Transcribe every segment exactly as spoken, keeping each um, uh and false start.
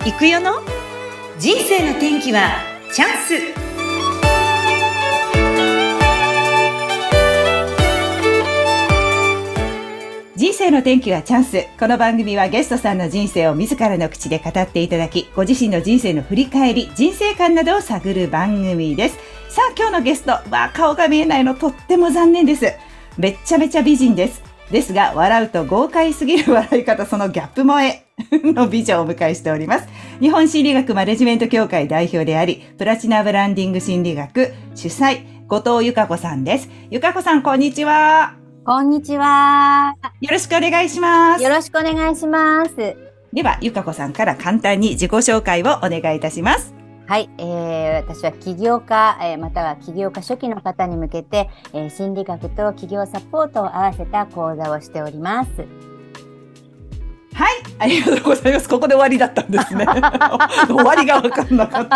行くよの人生の天気はチャンス。人生の天気はチャンス。この番組はゲストさんの人生を自らの口で語っていただき、ご自身の人生の振り返り、人生観などを探る番組です。さあ今日のゲストは顔が見えないのとっても残念です。めっちゃめちゃ美人です。ですが笑うと豪快すぎる笑い方、そのギャップ萌えの美女をお迎えしております。日本心理学マネジメント協会代表であり、プラチナブランディング心理学主催、後藤由香子さんです。由香子さん、こんにちは。 こんにちは。 よろしくお願いします。 よろしくお願いします。 では、由香子さんから簡単に自己紹介をお願いいたします。 はい、えー、私は起業家、えー、または起業家初期の方に向けて、えー、心理学と起業サポートを合わせた講座をしております。 はい、ありがとうございます。ここで終わりだったんですね。終わりが分かんなかった。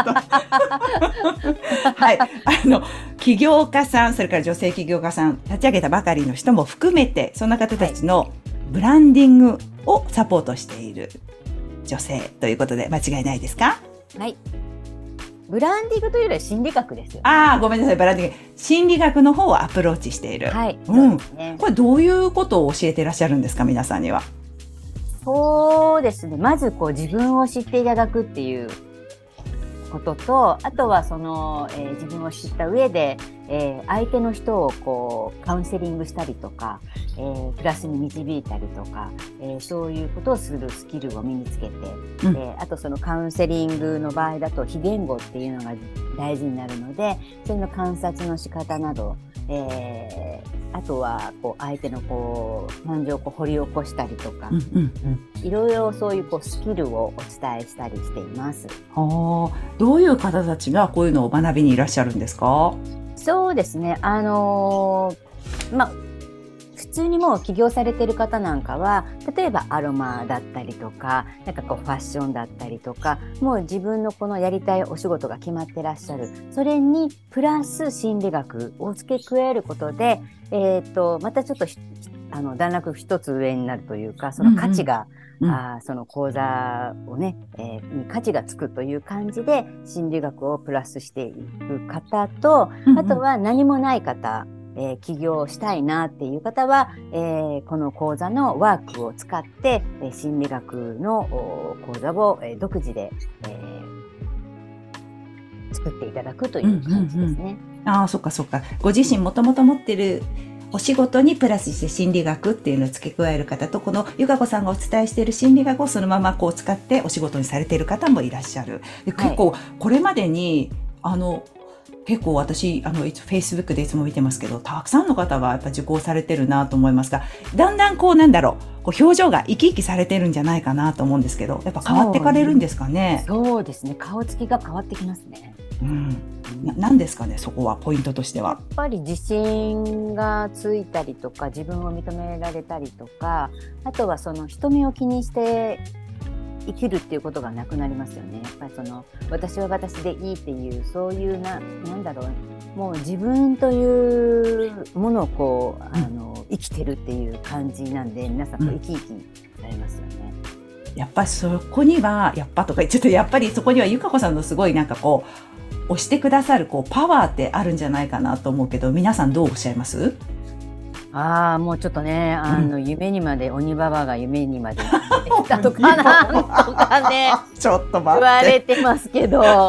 はい、あの起業家さん、それから女性起業家さん、立ち上げたばかりの人も含めて、そんな方たちのブランディングをサポートしている女性ということで間違いないですか？ はい。ブランディングというよりは心理学ですよね。 ああ、ごめんなさい。ブランディング。心理学の方をアプローチしている。 はい。 うん。 そうですね。 これどういうことを教えていらっしゃるんですか、皆さんには。 そうですね。まずこう自分を知っていただくっていうことと、あとはその、えー、自分を知った上で、えー、相手の人をこうカウンセリングしたりとか、えー、プラスに導いたりとか、えー、そういうことをするスキルを身につけて、うん、えー、あとそのカウンセリングの場合だと非言語っていうのが大事になるので、それの観察の仕方など、えー、あとはこう相手のこう感情をこう掘り起こしたりとか、うんうんうん、いろいろそういうこうスキルをお伝えしたりしています。 はあ、どういう方たちがこういうのを学びにいらっしゃるんですか？ そうですね。あのー、まあ、普通にもう起業されてる方なんかは、例えばアロマだったりとか、なんかこうファッションだったりとか、もう自分のこのやりたいお仕事が決まってらっしゃる。それにプラス心理学を付け加えることで、えっと、またちょっとあの段落一つ上になるというか、その価値が、うんうん、あその講座をね、えー、に価値がつくという感じで心理学をプラスしていく方と、うんうん、あとは何もない方、えー、起業したいなっていう方は、えー、この講座のワークを使って、えー、心理学の講座を、えー、独自で、えー、作っていただくという感じですね。 うんうんうん、ああ、そっかそっか。ご自身もともと持ってるお仕事にプラスして心理学っていうのを付け加える方と、この由香子さんがお伝えしている心理学をそのままこう使ってお仕事にされている方もいらっしゃる。で、結構これまでに、はい、あの結構私あの Facebook でいつも見てますけど、たくさんの方がやっぱ受講されてるなと思いますが、だんだんこうなんだろう、こう表情が生き生きされてるんじゃないかなと思うんですけど、やっぱ変わってかれるんですかね。 そうですね。顔つきが変わってきますね。 うん、ななんですかね、そこはポイントとしては。 やっぱり自信がついたりとか、自分を認められたりとか、あとはその人目を気にして生きるっていうことがなくなりますよね。やっぱりその私は私でいいっていう、そういうな、なんだろう、もう自分というものをこう、あの生きてるっていう感じなんで、皆さんこう生き生きされますよね。 やっぱりそこにはやっぱとか言っちゃって、やっぱりそこには由香子さんのすごいなんかこう押してくださるこうパワーってあるんじゃないかなと思うけど、皆さんどうおっしゃいます？ ああ、もうちょっとね、あの、うん、夢にまで鬼ババアが夢にまで行ったとかなんとかねちょっと待って言われてますけどま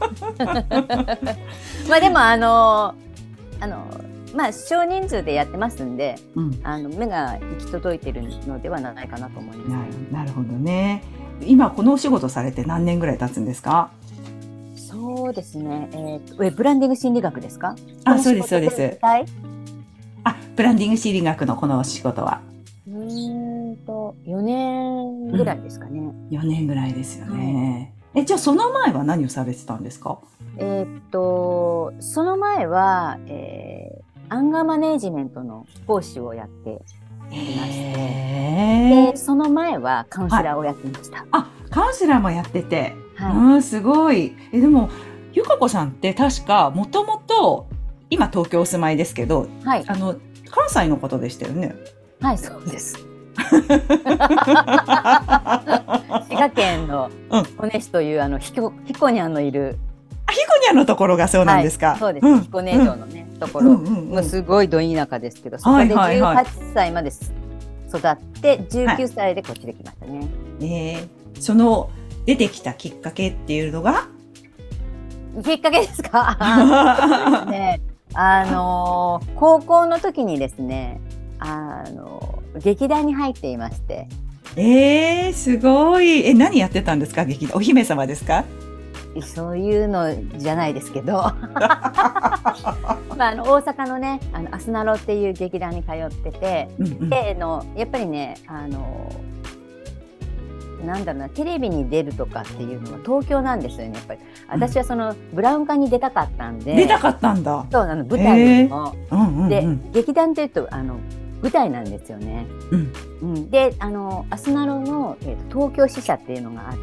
あでもあのあのまあ少人数でやってますんで、うん、あの目が行き届いてるのではないかなと思います、ね、 な, なるほどね。今このお仕事されて何年ぐらい経つんですか？ そうですね、えー、ブランディング心理学ですか？ あ、そうですそうです。あ、ブランディング心理学のこのお仕事はうーんとよねんぐらいですかね、うん、 よねんぐらいですよね、はい、えじゃあその前は何をされてたんですか？ えー、っとその前は、えー、アンガーマネージメントの講師をやっていまして、でその前はカウンセラーをやっていました、はい、 あ、カウンセラーもやってて、 はい、 うん、すごい。えでも由香子さんって確かもともと今東京お住まいですけど、はい、あの関西の方でしたよね。 はい、そうです。滋賀賀県のうん彦根市というあのひこひこにゃんのいる、 あ、ひこにゃんのところがそうなんですか。 はい、そうです、 ん彦根城のね、ところ、 うんうんうんもうすごいど田舎ですけど、そこではいはいはいじゅうはっさいまで育ってじゅうきゅうさいでこっちで来ましたね。 えーその出てきたきっかけっていうのがきっかけですか？ね、あのー高校の時にですね、あのー劇団に入っていまして。 えー、すごい。え、何やってたんですか、劇団。お姫様ですか？ そういうのじゃないですけど、まあ、あの大阪のね、あのアスナロっていう劇団に通ってて、 うんうん、 でのやっぱりね、あのなんだろうな、テレビに出るとかっていうのは東京なんですよね。やっぱり私はその、うん、ブラウン管に出たかったんで。 出たかったんだ。 そう、あの舞台にも、 えーうんうんうん、 で劇団っていうとあの舞台なんですよね。うんうん、であのアスナロの、えーと、東京支社っていうのがあって、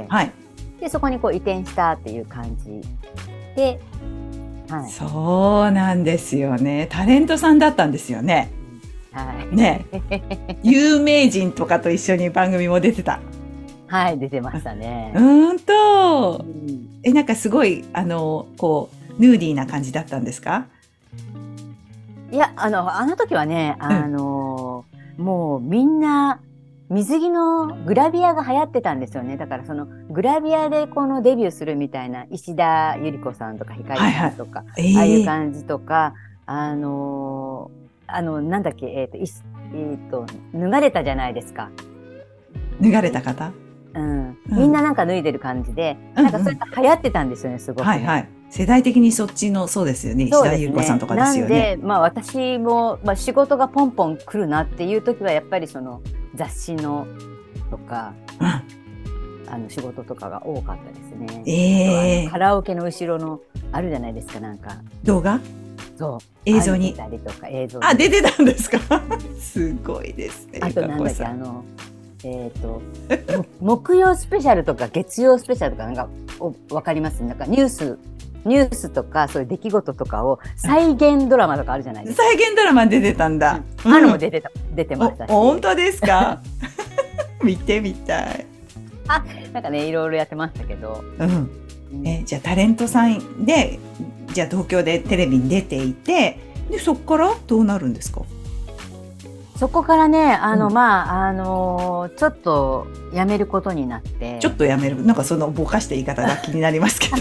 はい、でそこにこう移転したっていう感じで、 はい、そうなんですよね。タレントさんだったんですよね。はい、ね有名人とかと一緒に番組も出てた。 はい、出てましたね。 うんと、うん、え、なんかすごいあのこうヌーディーな感じだったんですか？ いや、あのあの時はね、あの、うん、もうみんな水着のグラビアが流行ってたんですよね。だからそのグラビアでこのデビューするみたいな石田ゆり子さんとかひかりさんとか、はいはい、ああいう感じとか、えー、あのあのなんだっけ、えっ、ー、と、えー、と脱がれたじゃないですか。 脱がれた方、 うん、みんななんか脱いでる感じで、うん、なんかそれが流行ってたんですよね、すごく、ね。はいはい。 世代的にそっちの、そうですよね。石田ゆり子さんとかですよね。 なんで、まあ私も、まあ仕事がポンポン来るなっていう時は、やっぱりその雑誌のとか、うん、あの仕事とかが多かったですね。えー、カラオケの後ろのあるじゃないですか、なんか。 動画？そう。映像に。 出たりとか、映像に。 あ、出てたんですか？すごいですね。 あとなんだっけ、あの、えっと、木曜スペシャルとか月曜スペシャルとかなんかわかります？なんかニュース、ニュースとかそういう出来事とかを再現ドラマとかあるじゃないですか。 再現ドラマに出てたんだ。 うん、あのも出てた、出てましたし。 本当ですか？見てみたい。 あ、なんかね、いろいろやってましたけど。 うん。え、じゃあタレントさんで、じゃあ東京でテレビに出ていて、でそこからどうなるんですか？ そこからね、あの、うん、まあ、あのー、ちょっと辞めることになって。 ちょっと辞める、なんかそのぼかした言い方が気になりますけど。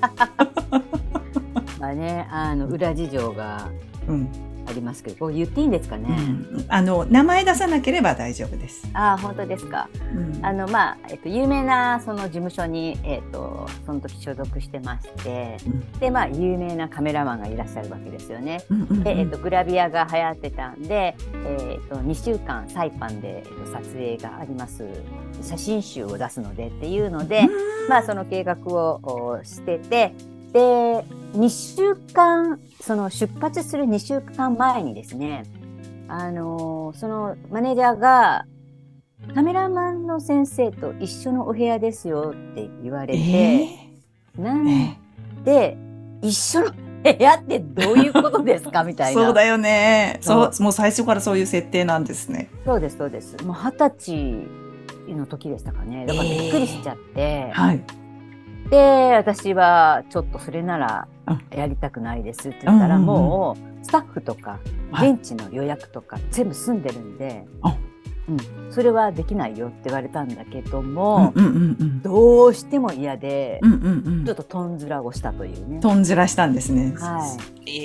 まあね、あの裏事情がありますけど、こう言っていいんですかね。 うん、あの名前出さなければ大丈夫です。 あ、本当ですか。うん、あのまあえっと有名なその事務所にえっとその時所属してまして、うん、でまあ有名なカメラマンがいらっしゃるわけですよね。うんうんうん、でえっとグラビアが流行ってたんで、えっとにしゅうかんサイパンで、えっと、撮影があります写真集を出すのでっていうので、まあその計画をしてて。でにしゅうかんその出発するにしゅうかんまえにですね、あのそのマネージャーがカメラマンの先生と一緒のお部屋ですよって言われて、えー、なんで、えー、一緒の部屋ってどういうことですかみたいな。 そうだよね。そう、もう最初からそういう設定なんですね。 そうですそうです。もう二十歳の時でしたかね。だからびっくりしちゃって、えー、はい。で私はちょっとそれならやりたくないですって言ったら、もうスタッフとか現地の予約とか全部済んでるんで、うん、それはできないよって言われたんだけども、うんうんうんうん、どうしても嫌で、うんうんうん、ちょっととんずらをしたというね。 とんずらしたんですね。はい。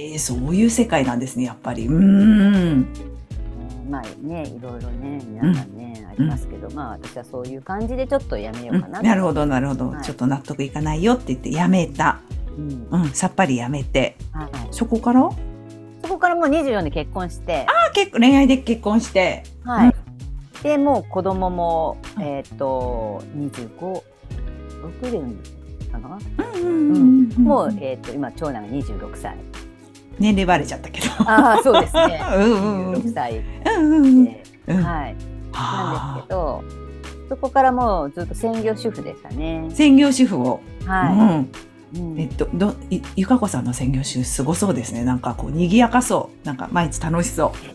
えー、そういう世界なんですね、やっぱり。うーん。 まあね、いろいろね、皆さんね、うん、ありますけど、まあ私はそういう感じでちょっとやめようかな、 うん、なるほどなるほど、はい、ちょっと納得いかないよって言ってやめた、うんうん、さっぱりやめて、はい、そこからそこからもうにじゅうよんで結婚して、 ああ、結構恋愛で結婚して、 はい、うん、でもう子供もえっ、ー、とにじゅうご、ろくねんかな、うんうんうん、もうえっ、ー、と今長男がにじゅうろくさい。 年齢バレちゃったけど。 ああ、そうですね。 うんうん、 じゅうろくさいで、 うんうんうん、 はい、なんですけど、そこからもうずっと専業主婦でしたね。 専業主婦を。 はい。 うんうん、えっとどゆかこさんの専業主婦すごそうですね。なんかこう賑やかそう。なんか毎日楽しそ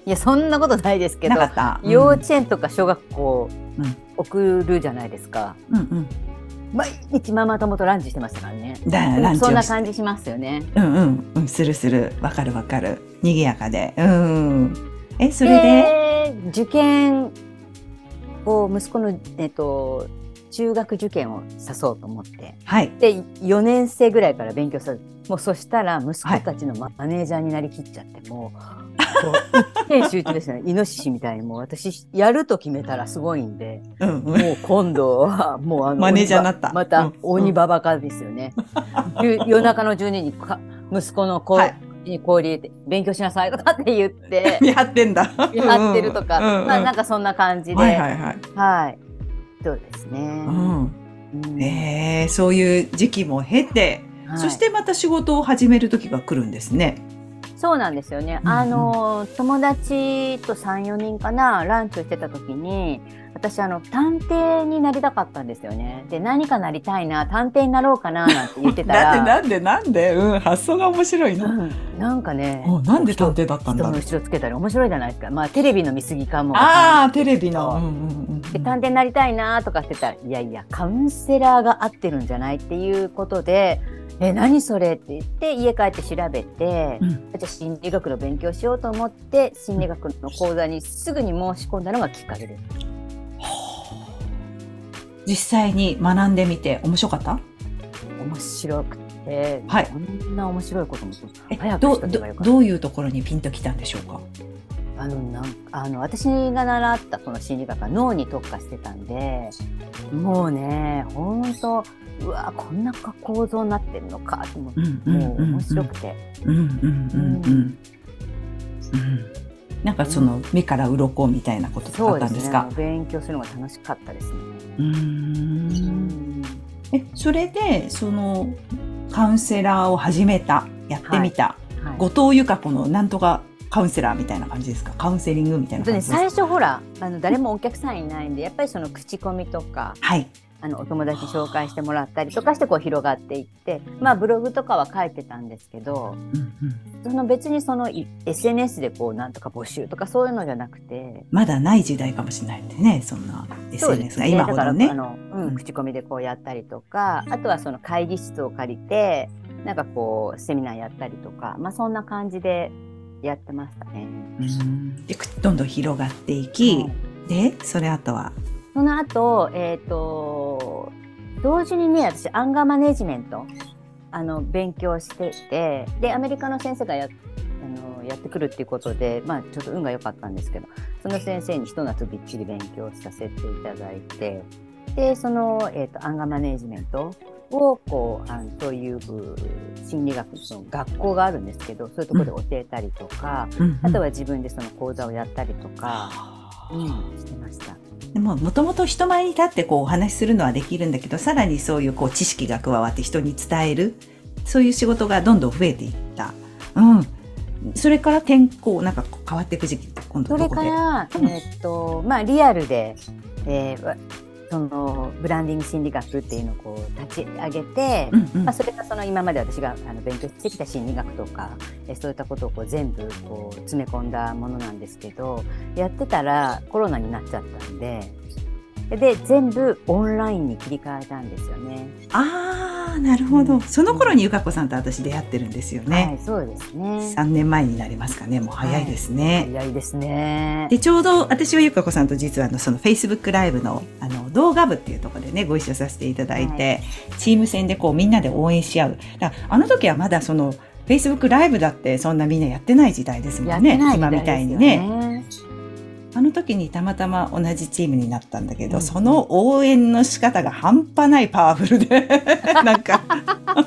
いや、そんなことないですけど、 なかった、うん、 幼稚園とか小学校うん、 送るじゃないですか。 うんうん。 毎日ママ友とランチしてましたからね。 だランチをそんな感じしますよね。 うんうんうん、するする。わかるわかる。賑やかで。うん。え、それで受験を、息子の、えっと、中学受験をさそうと思って。 はい。 で、よねん生ぐらいから勉強させもうそしたら息子たちのマネージャーになりきっちゃって、もう、一点集中ですね。イノシシみたいに、もう私、やると決めたらすごいんで、うんうん、もう今度は、もうあの、 マネージャーになった。 また、鬼ババカですよね。うんうん、夜中のじゅうにじに息子の子に氷入れて、勉強しなさいとかって言って。 見張ってんだ。 見張ってるとか、うんうん、まあなんかそんな感じで。 はいはいはい。 はい。そうですね。 うんうん、えー、そういう時期も経て、はい、そしてまた仕事を始める時が来るんですね。 そうなんですよね。うんうん、あの友達とさん、よにんかなランチをしてた時に、私あの探偵になりたかったんですよね。で、何かなりたいな、探偵になろうかななんて言ってたらなんでなんでなんで、うん、発想が面白いな、 うん、なんかね、 なんで探偵だったんだろう。 人の後ろつけたり面白いじゃないですか。まあテレビの見過ぎかも。 ああ、テレビの、うんうんうん、 で探偵になりたいなとかって言ったら、いやいやカウンセラーが合ってるんじゃないっていうことで、え何それって言って家帰って調べて、うん、じゃあ心理学の勉強しようと思って心理学の講座にすぐに申し込んだのがきっかけです。 実際に学んでみて面白かった？ 面白くて、 はい、 こんな面白いことも早くしとけばよかった。どういうところにピンときたんでしょうか？ あのなんあの私が習ったその心理学は脳に特化してたんで、もうね本当うわこんな構造になってるのかと思って、うんうんうんうん、もう面白くて、うんうんうんうんうん、 なんかその目から鱗みたいなこととかあったんですか？ そうですね、勉強するのが楽しかったですね。 うーん、えそれでそのカウンセラーを始めた、やってみた、はいはい、後藤由香子のなんとかカウンセラーみたいな感じですか？カウンセリングみたいな感じですか？ 最初ほらあの誰もお客さんいないんで、やっぱりその口コミとか、はい、あのお友達紹介してもらったりとかしてこう広がっていって、まあブログとかは書いてたんですけど、うんうん、その別にその エスエヌエス でこうなんとか募集とかそういうのじゃなくて、 まだない時代かもしれないんでね、そんな エスエヌエス が今ほどね。 だからあの、うん、口コミでこうやったりとか、あとはその会議室を借りてなんかこうセミナーやったりとか、まあそんな感じでやってましたね。 うん、でどんどん広がっていき、うん、でそれあとはその後、えっと同時にね私アンガーマネジメントあの勉強してて、でアメリカの先生がやあのやってくるっていうことで、まあちょっと運が良かったんですけど、その先生にひと夏びっちり勉強させていただいて、でその、えーと、アンガーマネジメントをこうあのそういう心理学の学校があるんですけど、そういうところで教えたりとか、うん、あとは自分でその講座をやったりとか、うんうん、してました。 でももともと人前に立ってこうお話しするのはできるんだけど、さらにそういうこう知識が加わって人に伝える、そういう仕事がどんどん増えていった。うん。それから転校なんか変わっていく時期って今度どこで？ それから、うん、えーっとまあリアルで、えー、そのブランディング心理学っていうのをこう立ち上げて、うんうん、まあ、それがその今まで私があの勉強してきた心理学とか、えそういったことをこう全部こう詰め込んだものなんですけど、やってたらコロナになっちゃったんで、で全部オンラインに切り替えたんですよね。 ああ、なるほど、うん、その頃にゆかこさんと私出会ってるんですよね。 はい、そうですね。 さんねんまえになりますかね。もう早いですね。 はい、早いですね。 でちょうど私はゆかこさんと実はあのその Facebook ライブのあの動画部っていうところでねご一緒させていただいて、はい、チーム戦でこうみんなで応援し合う。だあの時はまだその Facebook ライブだってそんなみんなやってない時代ですもんね。今みたいにね。あの時にたまたま同じチームになったんだけど、うん、その応援の仕方が半端ないパワフルでなんかだ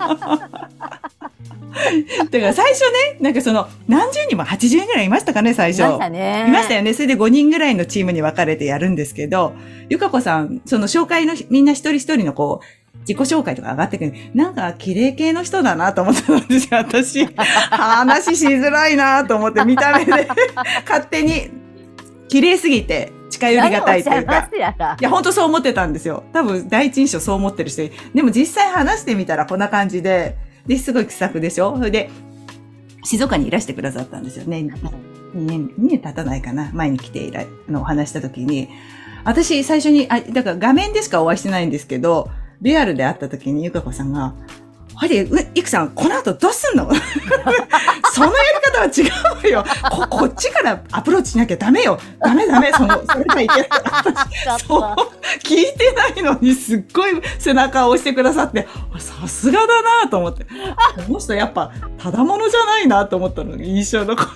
から最初ね、なんかその何十人もはちじゅうにんぐらいいましたかね、最初。いましたね。いましたよね。それでごにんぐらいのチームに分かれてやるんですけど、ゆかこさん、その紹介のみんな一人一人のこう、自己紹介とか上がってくる。なんか綺麗系の人だなと思ったんですよ、私。話しづらいなと思って見た目で勝手に。綺麗すぎて近寄りがたいというか。いや、本当そう思ってたんですよ。多分第一印象そう思ってる人。でも実際話してみたらこんな感じで、で、すごい気さくでしょ。それで、静岡にいらしてくださったんですよね。 にねん、にねん経たないかな。前に来ていら、のお話した時に、私最初に、あ、だから画面でしかお会いしてないんですけど、リアルで会った時にゆかこさんが、あれ、いくさん、この後どうすんのそのやり方は違うよ。こ、こっちからアプローチしなきゃダメよ。ダメダメ、その、それがいけない。そう、聞いてないのにすっごい背中を押してくださって、さすがだなと思って。この人やっぱ、ただものじゃないなと思ったのが印象残って。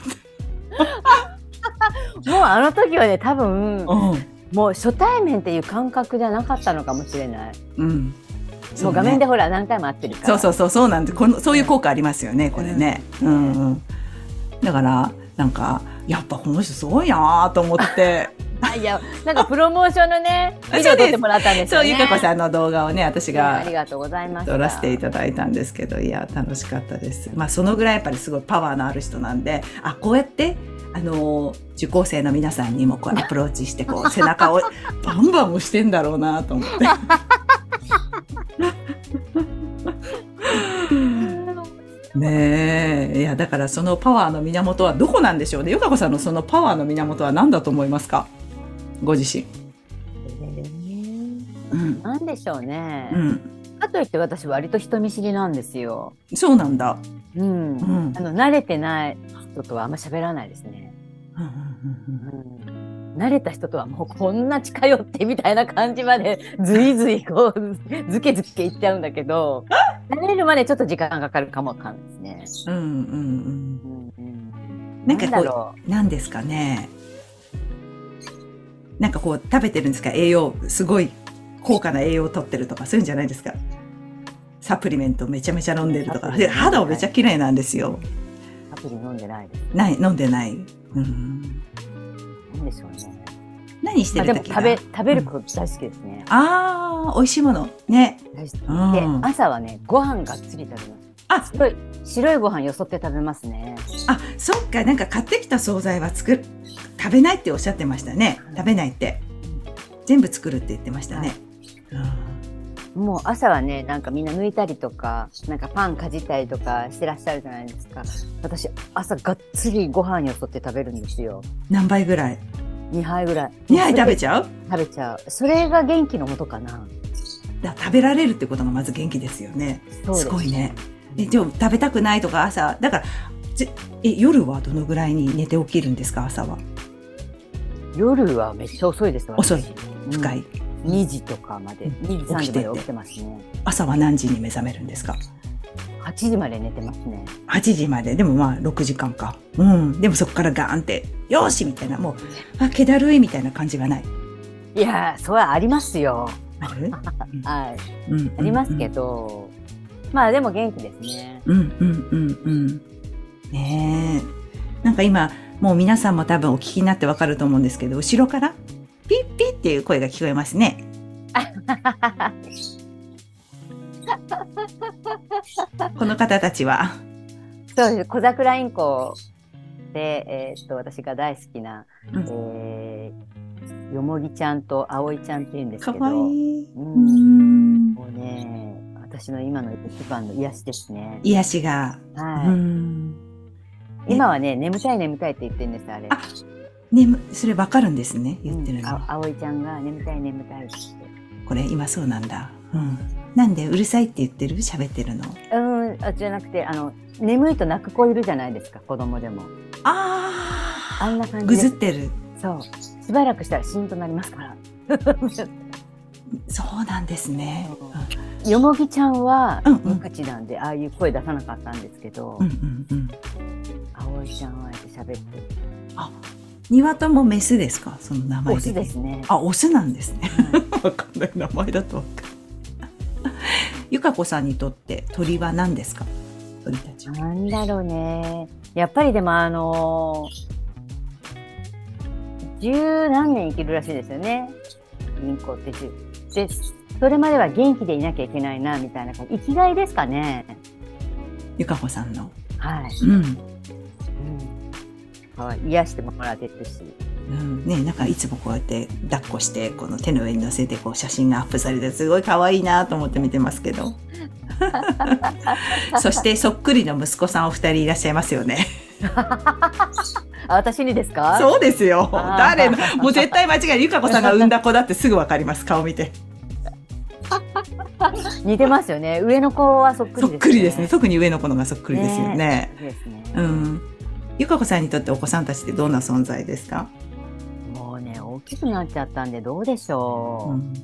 もうあの時はね、多分、うん、もう初対面っていう感覚じゃなかったのかもしれない。うん。もう画面でほら何回も会ってるから。そうそうそうそうなんで、このそういう効果ありますよね、これね。うん、うんうん。だからなんかやっぱこの人すごいなと思って。 いやなんかプロモーションのねビデオ撮ってもらったんですよね。 そうゆかこさんの動画をね私がありがとうございました。 撮らせていただいたんですけど、いや楽しかったです。まあそのぐらいやっぱりすごいパワーのある人なんで、あこうやってあの受講生の皆さんにもこうアプローチしてこう背中をバンバン押してんだろうなと思って。ねえ、いやだからそのパワーの源はどこなんでしょうね。ゆかこさんのそのパワーの源は何だと思いますか、ご自身。 えーうん、なんでしょうね、うん、かといって私割と人見知りなんですよ。 そうなんだ、 うん、うん、あの慣れてない人とはあんま喋らないですね、うん、慣れた人とはもうこんな近寄ってみたいな感じまでずいずいこうずけずけいっちゃうんだけど慣れるまでちょっと時間かかるかもわかんないですね。うんうんうん。 うんうん、なんかこうなんですかね。なんかこう食べてるんですか、栄養すごい高価な栄養を取ってるとかそういうんじゃないですか。サプリメントめちゃめちゃ飲んでるとか。肌もめちゃ綺麗なんですよ。 サプリ飲んでないです。 ない飲んでない。うん。 なんでしょうね。 何してる時が、 まあ、でも食べ食べること大好きですね。 うん、ああ美味しいものね。 大好き、うん、で朝はねご飯がっつり食べます。あ白い白いご飯よそって食べますね。 あそっか、なんか買ってきた惣菜は作る食べないっておっしゃってましたね。食べないって、うん、全部作るって言ってましたね、はいうん、もう朝はねなんかみんな抜いたりとかなんかパンかじったりとかしてらっしゃるじゃないですか。私朝がっつりご飯よそって食べるんですよ。 何杯ぐらい？ にはいぐらい。 にはい食べちゃう？ 食べちゃう。それが元気のもとかな。 だ食べられるってことがまず元気ですよね。そうです。すごいね。えじゃあ食べたくないとか朝だからえ夜はどのぐらいに寝て起きるんですか？朝は。 夜はめっちゃ遅いです。 遅い。深い。 うん、にじとかまで、うん、にじさんじまで起きてますね。 朝は何時に目覚めるんですか？ はちじまで寝てますね。 はちじまででもまあろくじかんか。うん。でもそこからガーンってよしみたいなもうあ気だるいみたいな感じはない。 いやそれはありますよ。 ある？ はい、うん、ありますけど、うん、まあでも元気ですね。 うんうんうんうん。ねえ。なんか今もう皆さんも多分お聞きになってわかると思うんですけど、後ろからピッピッっていう声が聞こえますね。この方たちはそうです。小桜インコで、えー、っと私が大好きな、うんえー、よもぎちゃんとあおいちゃんっていうんですけど、かわいい、うん、うんもうね私の今の一番の癒しですね。 癒しが、 はい、うん今はね眠たい眠たいって言ってるんですあれ。あ眠それわかるんですね言ってるの。 ああおいちゃんが眠たい眠たいってこれ今そうなんだ。うんなんでうるさいって言ってる喋ってるの？ うんあじゃなくてあの眠いと泣く子いるじゃないですか子供でも。 あああんな感じぐずってる。 そうしばらくしたらシーンとなりますからそうなんですね。 よもぎちゃんは無口なんで、うんうん、ああいう声出さなかったんですけど、うんうんうん、あおいちゃんはあえて喋ってる。 あにわともメスですか？その名前で。オスですね。 あオスなんですね。わかんない名前だとわかる。ゆかこさんにとって鳥は何ですか？鳥たちは。 なんだろうね。やっぱりでもあのー、十何年生きるらしいですよね。インコって十。で、それまでは元気でいなきゃいけないなみたいな生きがいですかね。 ゆかこさんの。 はい。うん。うん、はい。癒してもらってるし。 うんね、なんかいつもこうやって抱っこしてこの手の上に乗せてこう写真がアップされてすごい可愛いなと思って見てますけどそしてそっくりの息子さんお二人いらっしゃいますよねあ、私にですか？ そうですよ。 あー誰の、もう絶対間違いない。ゆかこさんが産んだ子だってすぐわかります。顔見て。 似てますよね。上の子はそっくりですね。 そっくりですね。特に上の子のがそっくりですよね。 ねですね。 うん。ゆかこさんにとってお子さんたちってどんな存在ですか？ もうね、大きくなっちゃったんでどうでしょう。 うん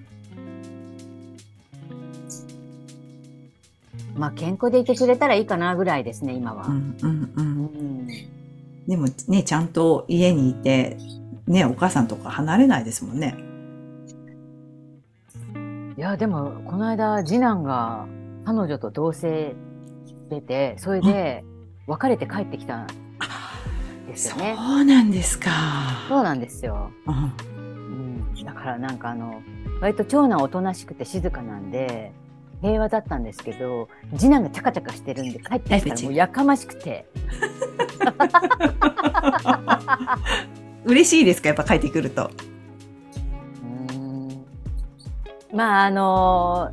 まあ健康でいてくれたらいいかなぐらいですね、今は。 うんうんう。 うんんでもね、ちゃんと家にいて、ね、お母さんとか離れないですもんね。 いや、でも、この間、次男が彼女と同棲してて、それで別れて帰ってきたんですよそね。 うなんですか。 そうなんですよ。 うんうん、だからなんかあの、割と長男おとなしくて静かなんで、平和だったんですけど、次男がチャカチャカしてるんで、帰ってきたらもうやかましくて。 嬉しいですか、やっぱ帰ってくると。 うーんまああの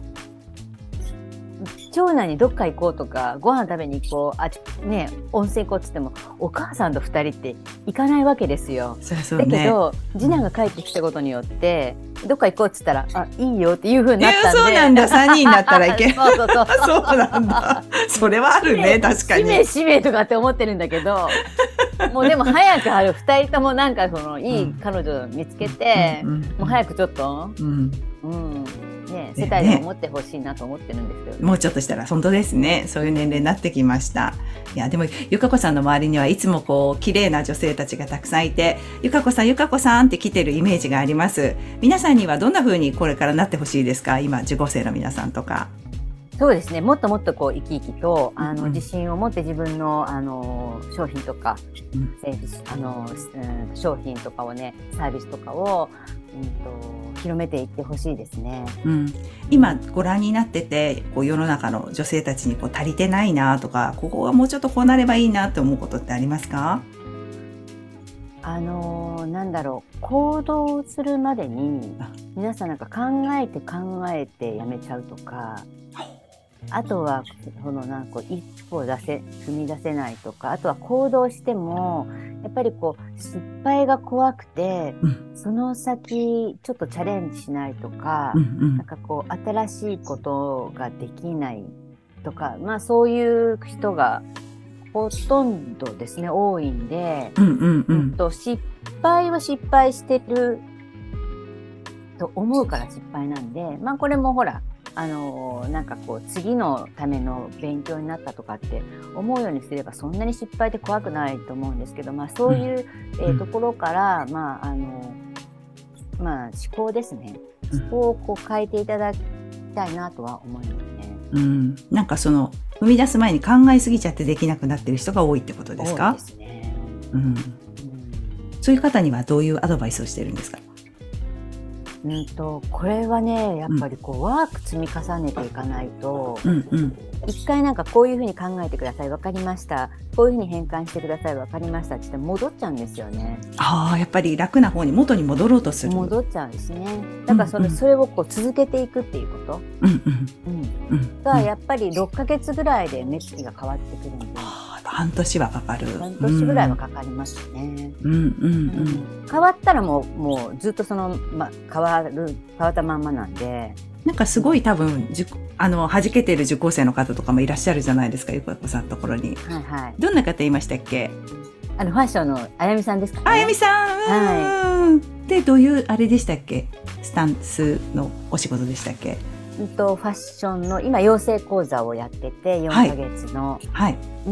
長男にどっか行こうとかご飯食べに行こう、あね、温泉行こうっつってもお母さんとふたりって行かないわけですよ。 そりゃそうだね。 けど次男が帰ってきたことによってどっか行こうっつったらあいいよっていう風になったんで。 そうなんだ。さんにんになったらいけそうそうそうそうなんだ。それはあるね、確かに。 使命使命とかって思ってるんだけどもうでも早くあるふたりともなんかそのいい彼女を見つけて、 うんうんうんもう早くちょっと、 うんうんね、 ね世帯でも持ってほしいなと思ってるんですけど、 もうちょっとしたら本当ですね。そういう年齢になってきました。いやでもゆかこさんの周りにはいつもこう綺麗な女性たちがたくさんいて、ゆかこさんゆかこさんって来てるイメージがあります。皆さんにはどんな風にこれからなってほしいですか？今受講生の皆さんとか。 そうですね、もっともっとこう生き生きとあの、 うん自信を持って自分のあの商品とか、 うんえーあのうん商品とかをねサービスとかを、うん、と広めていってほしいですね。 うん、今ご覧になっててこう世の中の女性たちにこう足りてないなとか、ここはもうちょっとこうなればいいなって思うことってありますか？ あのなんだろう、行動するまでに皆さんなんか考えて考えてやめちゃうとか、あとはそのなんかこう一歩出せ踏み出せないとか、あとは行動してもやっぱりこう失敗が怖くて、 うん、 その先ちょっとチャレンジしないとか、 うんうんなんかこう新しいことができないとか、まあそういう人がほとんどですね多いんで、 うんうんううんんと失敗は失敗してると思うから失敗なんで、まあこれもほらあのーなんかこう次のための勉強になったとかって思うようにすればそんなに失敗って怖くないと思うんですけど、まあそういう、 うんえーところからまああのまあ思考ですね、思考をこう変えていただきたいなとは思いますね。 うん、なんかその踏み出す前に考えすぎちゃってできなくなってる人が多いってことですか？ 多いですね。 うん、 うんそういう方にはどういうアドバイスをしてるんですか？ うんとこれはねやっぱりこう、ワーク積み重ねていかないと、 うんうん一回なんかこういうふうに考えてください、わかりました、こういうふうに変換してください、わかりましたって言って戻っちゃうんですよね。 ああ、やっぱり楽な方に元に戻ろうとする。 戻っちゃうんですね。だからそれ、 うんうんそれをこう続けていくっていうこと、 うんうんうん、 うんがやっぱりろっかげつぐらいで目つきが変わってくるんで、 あー半年はかかる。 半年ぐらいはかかりますね。 うんうんうんうん変わったらもう、もうずっとその、ま、変わる変わったまんまなんで。 なんかすごい多分じゅあの弾けてる受講生の方とかもいらっしゃるじゃないですか、ゆかこさんのところに。 はいはい。 どんな方いましたっけ？ あのファッションのあやみさんですかね。 あやみさん、 はうんでどういうあれでしたっけ？スタンスのお仕事でしたっけ？ うんとファッションの今養成講座をやっててよんかげつの、 はいうん、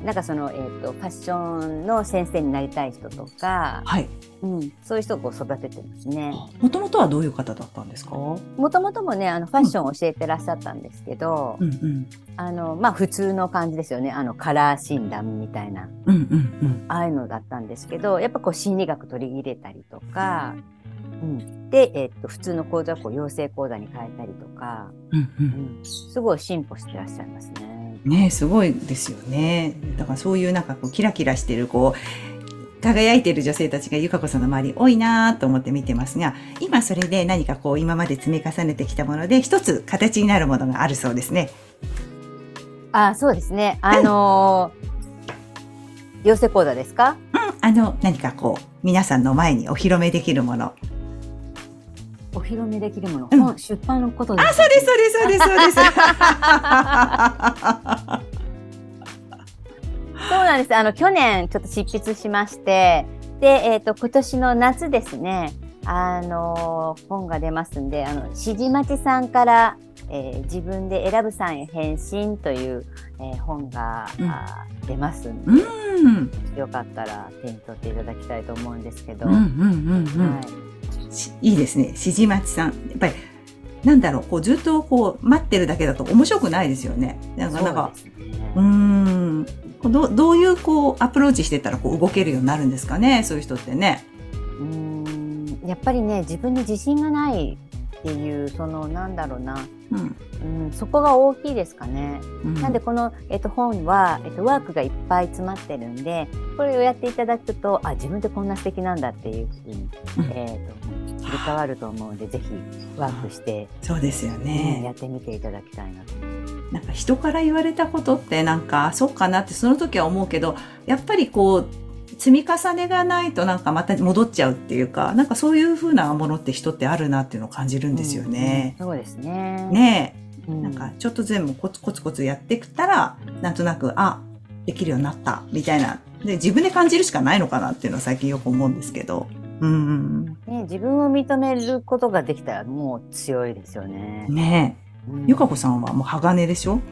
なんかその、えー、とファッションの先生になりたい人とか、 はい。 うん、そういう人をこう育ててますね。 もともとはどういう方だったんですか？ もともともねあのファッションを教えてらっしゃったんですけど、 うんうんあのまあ普通の感じですよね、あのカラー診断みたいなうんうんうんああいうのだったんですけど、やっぱこう心理学取り入れたりとか、うん、で、えー、と普通の講座をこう養成講座に変えたりとか、 うんううんん、すごい進歩してらっしゃいますね。 ねえすごいですよね。だからそういうなんかこうキラキラしてるこう輝いている女性たちがゆかこさんの周り多いなと思って見てますが、今それで何かこう今まで積み重ねてきたもので一つ形になるものがあるそうですね。 あ、そうですね。あのー養成講座ですか？ うん、 あの、何かこう、皆さんの前にお披露目できるもの。 お披露目できるもの、 うん本出版のことですあ、そうです、そうです、そうです、そうです。 そうなんです。あの去年ちょっと執筆しまして、で、えっ、と今年の夏ですね、あの本が出ますんで、あのしじまちさんから、えー自分で選ぶさんへ返信という、えー本が、 うんあー出ますんで、 うん。 よかったら手に取っていただきたいと思うんですけど、 うんうんうんうん。 はい。 しいいですね。しじまちさん。やっぱり、なんだろう、こうずっとこう待ってるだけだと面白くないですよね。なんか、なんか、 そうですね。 うーん。どどういうこうアプローチしてたらこう動けるようになるんですかね、そういう人ってね。 うーんやっぱりね、自分に自信がないっていう、そのなんだろうな、 うん。 うん、そこが大きいですかね。 うん、 なんでこの、えっと、本は、えっと、ワークがいっぱい詰まってるんで、これをやっていただくと、あ、自分ってこんな素敵なんだっていうふうに、 うんえっと、切り替わると思うんで、ぜひワークして、 そうですようんね。 やってみていただきたいなと。 なんか人から言われたことってなんかそうかなってその時は思うけど、やっぱりこう積み重ねがないとなんかまた戻っちゃうっていうか、なんかそういう風なものって人ってあるなっていうのを感じるんですよね。 うんうんそうですね。 ねえ、 うんなんかちょっと全部コツコツコツやってきたら、なんとなく、あ、できるようになったみたいな。で、自分で感じるしかないのかなっていうのは最近よく思うんですけど。うん。 ね、自分を認めることができたらもう強いですよね。 ねえ。 うんゆかこさんはもう鋼でしょ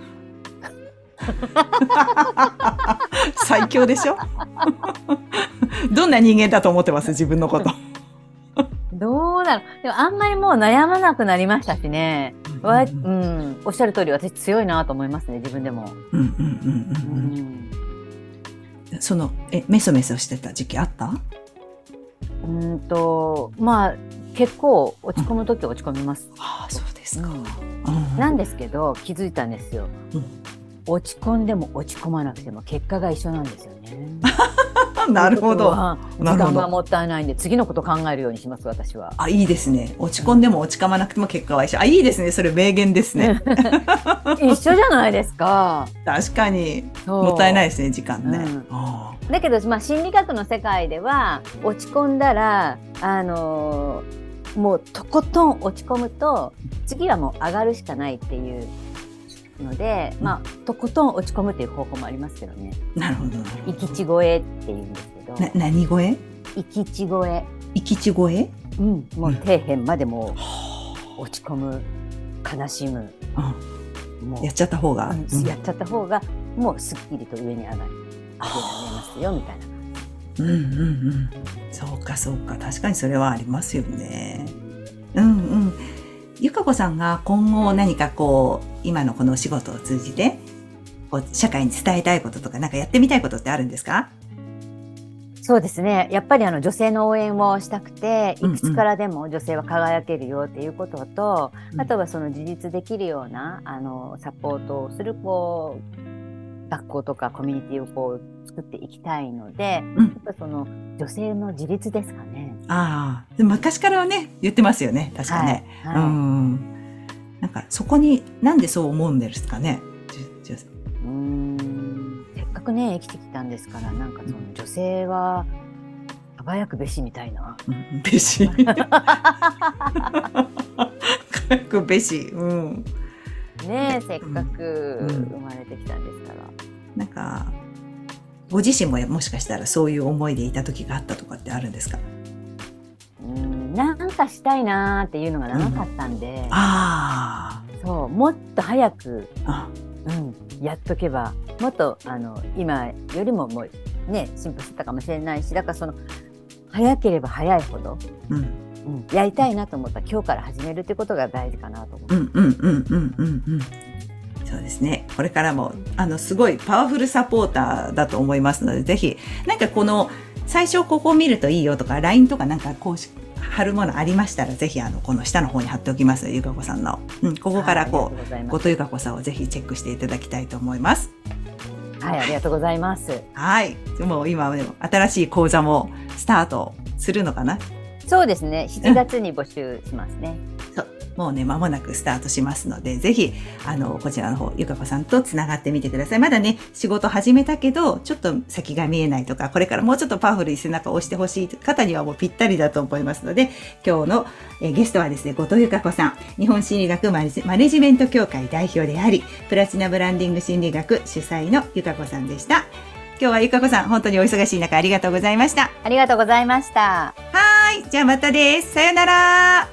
最強でしょどんな人間だと思ってます自分のこと。 どうだろう。でもあんまりもう悩まなくなりましたしね。わうんうん、おっしゃる通り私強いなと思いますね、自分でも。 うんうんうんううんうん。 んその、え、メソメソしてた時期あった？ うんとまあ結構落ち込むとき落ち込みます。 ああ、そうですか。 うんうんなんですけど気づいたんですよ。 うん落ち込んでも落ち込まなくても結果が一緒なんですよね。 なるほど。 時間がもったいないんで次のこと考えるようにします私は。 あ、いいですね。落ち込んでも落ち込まなくても結果は一緒。あ、いいですね。それ名言ですね。 一緒じゃないですか。 確かに。 そうもったいないですね、時間ね。 うんあだけど、まあ、心理学の世界では落ち込んだら、あのーもうとことん落ち込むと次はもう上がるしかないっていうので、まあ、とことん落ち込むっていう方法もありますけどね。 ーなるほど、なるほ行き地声っていうんですけど、 ど。な、何声？ 行き地声、 生き地声？ うん、もう底辺までもう落ち込む、悲しむ、 うん。 もうやっちゃった方が。 うんうんやっちゃった方がもうすっきりと上に上がる、上げられますよみたいな。 うんうんうん。そうかそうか。確かにそれはありますよね。うんうん。ゆかこさんが今後何かこう、今のこのお仕事を通じて、こう、社会に伝えたいこととか、なんかやってみたいことってあるんですか？ そうですね。やっぱりあの女性の応援をしたくて、 うんうんいくつからでも女性は輝けるよっていうことと、 うんあとはその自立できるようなあのサポートをするこう学校とかコミュニティをこう作っていきたいので、 うんやっぱその女性の自立ですかね。 ああ、でも昔からはね、言ってますよね。確かね。 はいはいうん。なんかそこになんでそう思うんですかね。じゅじゅうーんせっかくね生きてきたんですから、なんかその女性は輝くべしみたいな。 うんべし。輝くべし。うん。 ねえ、せっかくうん生まれてきたんですから。 なんか、ご自身ももしかしたらそういう思いでいた時があったとかってあるんですか？ うんなんかしたいなーっていうのが長かったんで、 あそうもっと早く、 あ。 うん、やっとけばもっとあの今よりももうね進歩してたかもしれないし、だからその早ければ早いほど、 うん。 うん、やりたいなと思ったら今日から始めるってことが大事かなと思う。 うんうんうんうんうんうん。そうですね。これからも、あの、すごいパワフルサポーターだと思いますので、ぜひ、なんかこの、最初ここを見るといいよとか、ライン とかなんかこうし、貼るものありましたら、ぜひ、あの、この下の方に貼っておきますので、ゆかこさんの。うん、ここからこう、 はい、 後藤ゆかこさんをぜひチェックしていただきたいと思います。 はい、ありがとうございます。 はい。もう今はでも、新しい講座もスタートするのかな？ そうですね、しちがつに募集しますね。 そう。 もうね間もなくスタートしますので、ぜひあのこちらの方ゆかこさんとつながってみてください。まだね仕事始めたけどちょっと先が見えないとか、これからもうちょっとパワフルに背中を押してほしい方にはもうぴったりだと思いますので、今日のえゲストはですね後藤ゆかこさん、日本心理学マネジメント協会代表であり、プラチナブランディング心理学主催のゆかこさんでした。今日はゆかこさん本当にお忙しい中ありがとうございました。 ありがとうございました。 はい、じゃあまたです。さよなら。